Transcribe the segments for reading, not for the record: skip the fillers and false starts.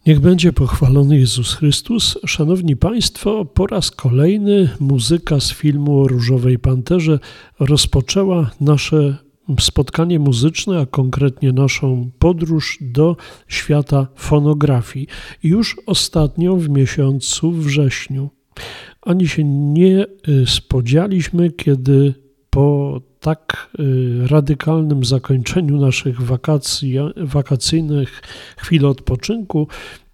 Niech będzie pochwalony Jezus Chrystus. Szanowni Państwo, po raz kolejny muzyka z filmu o Różowej Panterze rozpoczęła nasze spotkanie muzyczne, a konkretnie naszą podróż do świata fonografii. Już ostatnio w miesiącu wrześniu. Ani się nie spodzialiśmy, kiedy po tak radykalnym zakończeniu naszych wakacyjnych chwil odpoczynku,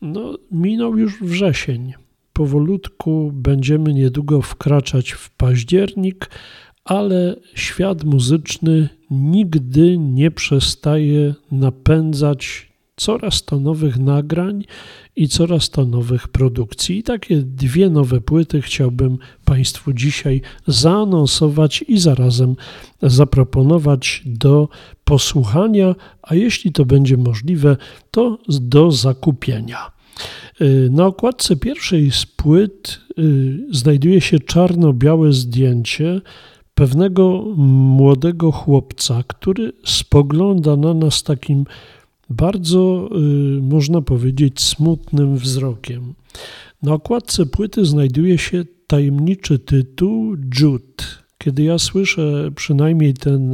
minął już wrzesień. Powolutku będziemy niedługo wkraczać w październik, ale świat muzyczny nigdy nie przestaje napędzać coraz to nowych nagrań i coraz to nowych produkcji. I takie dwie nowe płyty chciałbym Państwu dzisiaj zaanonsować i zarazem zaproponować do posłuchania, a jeśli to będzie możliwe, to do zakupienia. Na okładce pierwszej z płyt znajduje się czarno-białe zdjęcie pewnego młodego chłopca, który spogląda na nas takim bardzo, można powiedzieć, smutnym wzrokiem. Na okładce płyty znajduje się tajemniczy tytuł Jude. Kiedy ja słyszę przynajmniej ten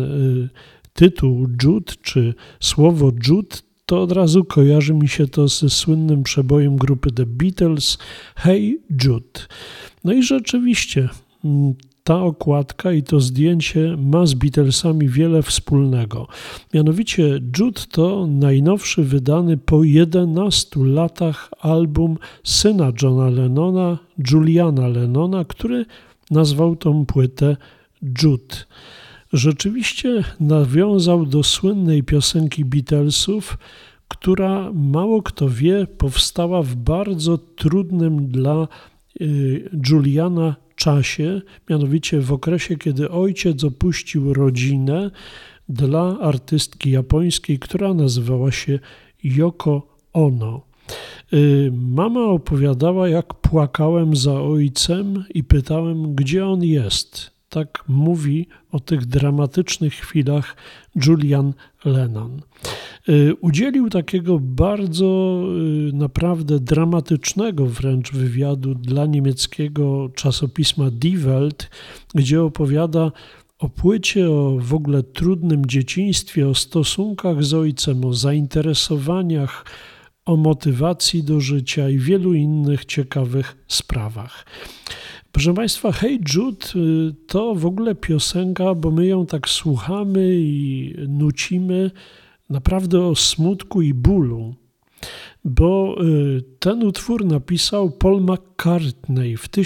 tytuł Jude, czy słowo Jude, to od razu kojarzy mi się to ze słynnym przebojem grupy The Beatles Hey Jude. No i rzeczywiście ta okładka i to zdjęcie ma z Beatlesami wiele wspólnego. Mianowicie Jude to najnowszy wydany po 11 latach album syna Johna Lennona, Juliana Lennona, który nazwał tą płytę Jude. Rzeczywiście nawiązał do słynnej piosenki Beatlesów, która, mało kto wie, powstała w bardzo trudnym dla Juliana czasie, mianowicie w okresie, kiedy ojciec opuścił rodzinę dla artystki japońskiej, która nazywała się Yoko Ono. Mama opowiadała, jak płakałem za ojcem i pytałem, gdzie on jest. Tak mówi o tych dramatycznych chwilach Julian Lennon. Udzielił takiego bardzo naprawdę dramatycznego wręcz wywiadu dla niemieckiego czasopisma Die Welt, gdzie opowiada o płycie, o w ogóle trudnym dzieciństwie, o stosunkach z ojcem, o zainteresowaniach, o motywacji do życia i wielu innych ciekawych sprawach. Proszę Państwa, Hey Jude to w ogóle piosenka, bo my ją tak słuchamy i nucimy naprawdę o smutku i bólu, bo ten utwór napisał Paul McCartney w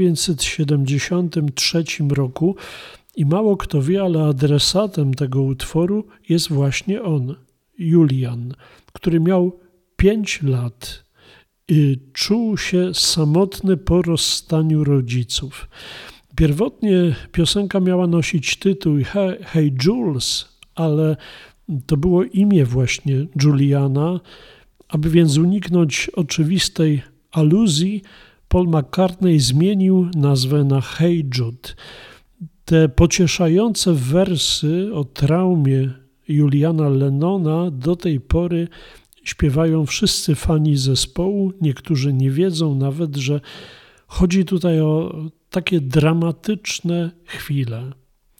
1973 roku i mało kto wie, ale adresatem tego utworu jest właśnie on, Julian, który miał 5 lat. Czuł się samotny po rozstaniu rodziców. Pierwotnie piosenka miała nosić tytuł Hey Jules, ale to było imię właśnie Juliana. Aby więc uniknąć oczywistej aluzji, Paul McCartney zmienił nazwę na Hey Jude. Te pocieszające wersy o traumie Juliana Lennona do tej pory śpiewają wszyscy fani zespołu. Niektórzy nie wiedzą nawet, że chodzi tutaj o takie dramatyczne chwile.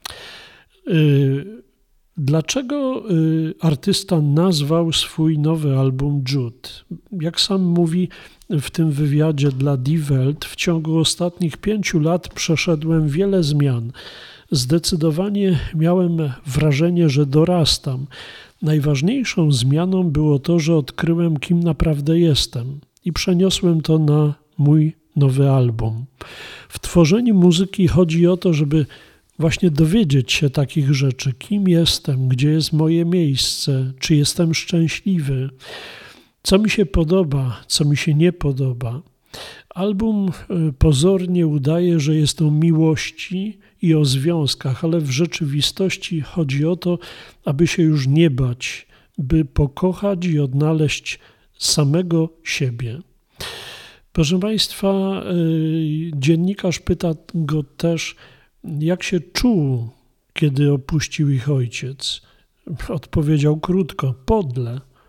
Dlaczego artysta nazwał swój nowy album Jude? Jak sam mówi w tym wywiadzie dla Die Welt, w ciągu ostatnich 5 lat przeszedłem wiele zmian. Zdecydowanie miałem wrażenie, że dorastam. Najważniejszą zmianą było to, że odkryłem, kim naprawdę jestem i przeniosłem to na mój nowy album. W tworzeniu muzyki chodzi o to, żeby właśnie dowiedzieć się takich rzeczy, kim jestem, gdzie jest moje miejsce, czy jestem szczęśliwy, co mi się podoba, co mi się nie podoba. Album pozornie udaje, że jest o miłości i o związkach, ale w rzeczywistości chodzi o to, aby się już nie bać, by pokochać i odnaleźć samego siebie. Proszę Państwa, dziennikarz pyta go też, jak się czuł, kiedy opuścił ich ojciec. Odpowiedział krótko, podle.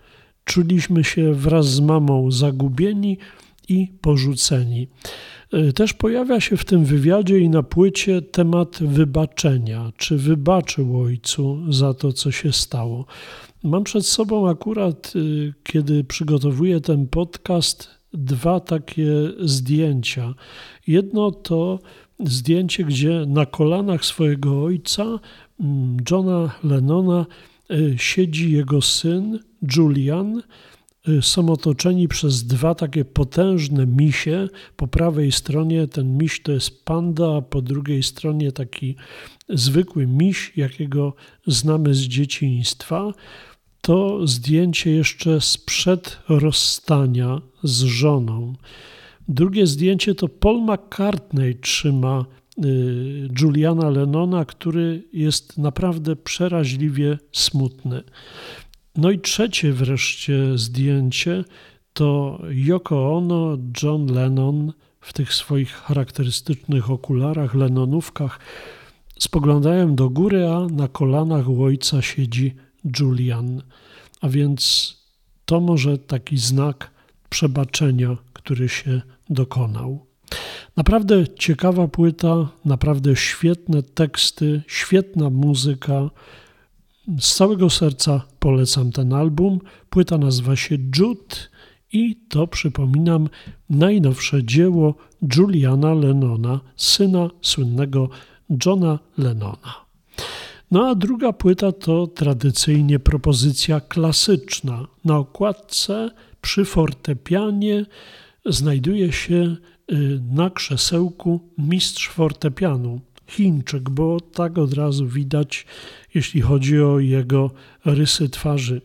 czuliśmy się wraz z mamą zagubieni i porzuceni. Też pojawia się w tym wywiadzie i na płycie temat wybaczenia. Czy wybaczył ojcu za to, co się stało? Mam przed sobą akurat, kiedy przygotowuję ten podcast, dwa takie zdjęcia. Jedno to zdjęcie, gdzie na kolanach swojego ojca, Johna Lennona, siedzi jego syn Julian. Są otoczeni przez dwa takie potężne misie. Po prawej stronie ten miś to jest panda, a po drugiej stronie taki zwykły miś, jakiego znamy z dzieciństwa. To zdjęcie jeszcze sprzed rozstania z żoną. Drugie zdjęcie to Paul McCartney trzyma Juliana Lennona, który jest naprawdę przeraźliwie smutny. No i trzecie wreszcie zdjęcie to Yoko Ono, John Lennon w tych swoich charakterystycznych okularach, lennonówkach spoglądają do góry, a na kolanach u ojca siedzi Julian. A więc to może taki znak przebaczenia, który się dokonał. Naprawdę ciekawa płyta, naprawdę świetne teksty, świetna muzyka. Z całego serca polecam ten album. Płyta nazywa się Jude i to, przypominam, najnowsze dzieło Juliana Lennona, syna słynnego Johna Lennona. No a druga płyta to tradycyjnie propozycja klasyczna. Na okładce przy fortepianie znajduje się na krzesełku mistrz fortepianu, Chińczyk, bo tak od razu widać, jeśli chodzi o jego rysy twarzy.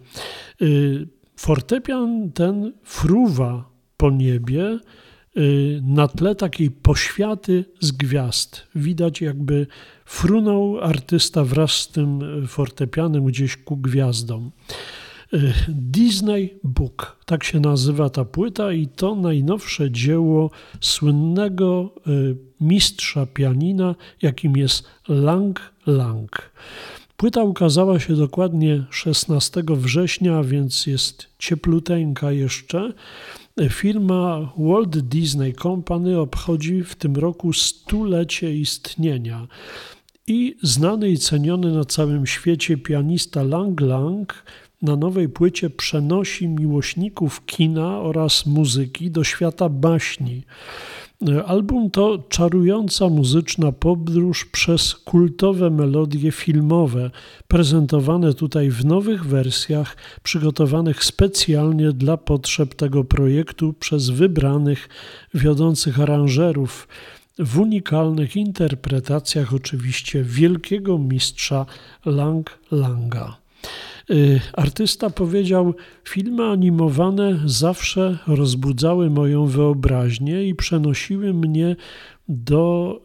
Fortepian ten fruwa po niebie na tle takiej poświaty z gwiazd. Widać, jakby frunął artysta wraz z tym fortepianem gdzieś ku gwiazdom. Disney Book, tak się nazywa ta płyta i to najnowsze dzieło słynnego mistrza pianina, jakim jest Lang Lang. Płyta ukazała się dokładnie 16 września, więc jest ciepluteńka jeszcze. Firma Walt Disney Company obchodzi w tym roku 100-lecie istnienia. I znany i ceniony na całym świecie pianista Lang Lang na nowej płycie przenosi miłośników kina oraz muzyki do świata baśni. Album to czarująca muzyczna podróż przez kultowe melodie filmowe, prezentowane tutaj w nowych wersjach, przygotowanych specjalnie dla potrzeb tego projektu przez wybranych wiodących aranżerów, w unikalnych interpretacjach oczywiście wielkiego mistrza Lang Langa. Artysta powiedział: filmy animowane zawsze rozbudzały moją wyobraźnię i przenosiły mnie do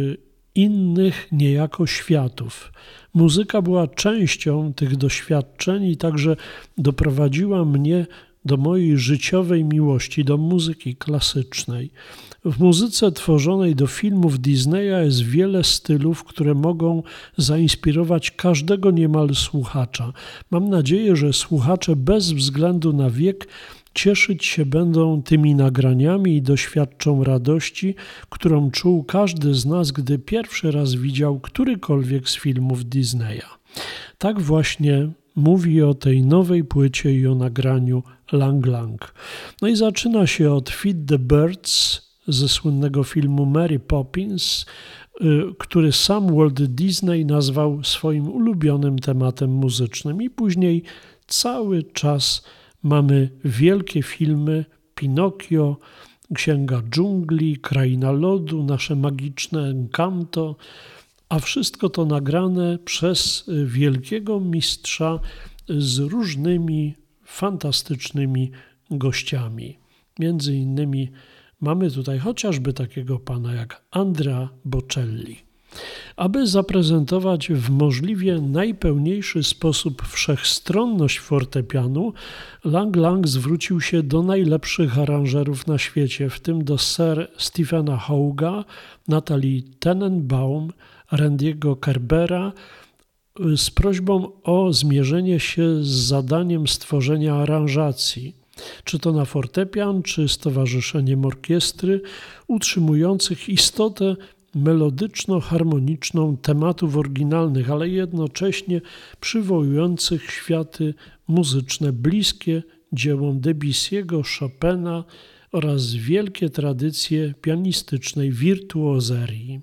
innych niejako światów. Muzyka była częścią tych doświadczeń i także doprowadziła mnie do mojej życiowej miłości, do muzyki klasycznej. W muzyce tworzonej do filmów Disneya jest wiele stylów, które mogą zainspirować każdego niemal słuchacza. Mam nadzieję, że słuchacze bez względu na wiek cieszyć się będą tymi nagraniami i doświadczą radości, którą czuł każdy z nas, gdy pierwszy raz widział którykolwiek z filmów Disneya. Tak właśnie mówi o tej nowej płycie i o nagraniu Lang Lang. No i zaczyna się od Feed the Birds ze słynnego filmu Mary Poppins, który sam Walt Disney nazwał swoim ulubionym tematem muzycznym. I później cały czas mamy wielkie filmy: Pinokio, Księga Dżungli, Kraina Lodu, nasze magiczne Encanto, a wszystko to nagrane przez wielkiego mistrza z różnymi fantastycznymi gościami. Między innymi mamy tutaj chociażby takiego pana jak Andrea Bocelli. Aby zaprezentować w możliwie najpełniejszy sposób wszechstronność fortepianu, Lang Lang zwrócił się do najlepszych aranżerów na świecie, w tym do Sir Stephena Hoga, Natalie Tenenbaum, Randy'ego Kerbera z prośbą o zmierzenie się z zadaniem stworzenia aranżacji, czy to na fortepian, czy z towarzyszeniem orkiestry, utrzymujących istotę melodyczno-harmoniczną tematów oryginalnych, ale jednocześnie przywołujących światy muzyczne bliskie dziełom Debussy'ego, Chopina oraz wielkie tradycje pianistycznej wirtuozerii.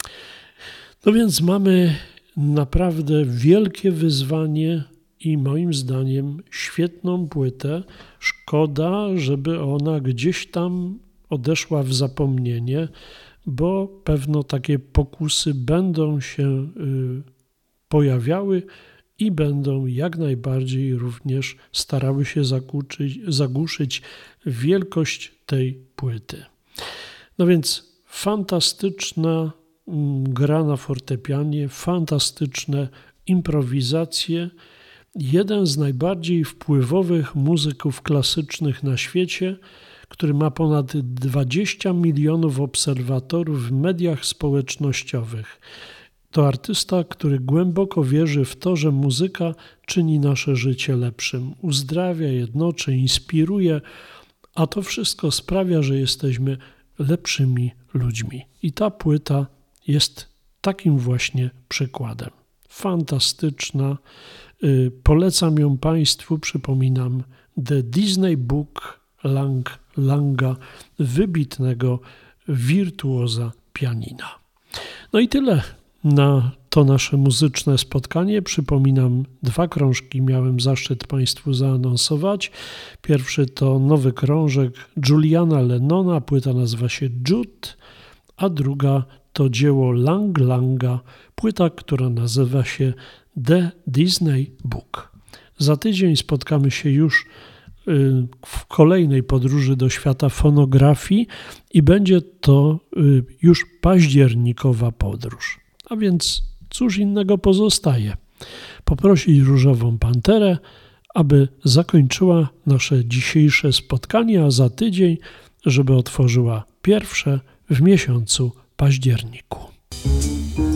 No więc mamy naprawdę wielkie wyzwanie i moim zdaniem świetną płytę. Szkoda, żeby ona gdzieś tam odeszła w zapomnienie, bo pewno takie pokusy będą się pojawiały i będą jak najbardziej również starały się zagłuszyć wielkość tej płyty. No więc fantastyczna gra na fortepianie, fantastyczne improwizacje. Jeden z najbardziej wpływowych muzyków klasycznych na świecie, który ma ponad 20 milionów obserwatorów w mediach społecznościowych. To artysta, który głęboko wierzy w to, że muzyka czyni nasze życie lepszym, uzdrawia, jednoczy, inspiruje, a to wszystko sprawia, że jesteśmy lepszymi ludźmi. I ta płyta jest takim właśnie przykładem. Fantastyczna. Polecam ją Państwu, przypominam, The Disney Book Langa, wybitnego wirtuoza pianina. No i tyle na to nasze muzyczne spotkanie. Przypominam, 2 krążki miałem zaszczyt Państwu zaanonsować. Pierwszy to nowy krążek Juliana Lennona, płyta nazywa się Jude, a druga to dzieło Langa, płyta, która nazywa się The Disney Book. Za tydzień spotkamy się już w kolejnej podróży do świata fonografii i będzie to już październikowa podróż. A więc cóż innego pozostaje? Poprosić Różową Panterę, aby zakończyła nasze dzisiejsze spotkanie, a za tydzień, żeby otworzyła pierwsze w miesiącu październiku.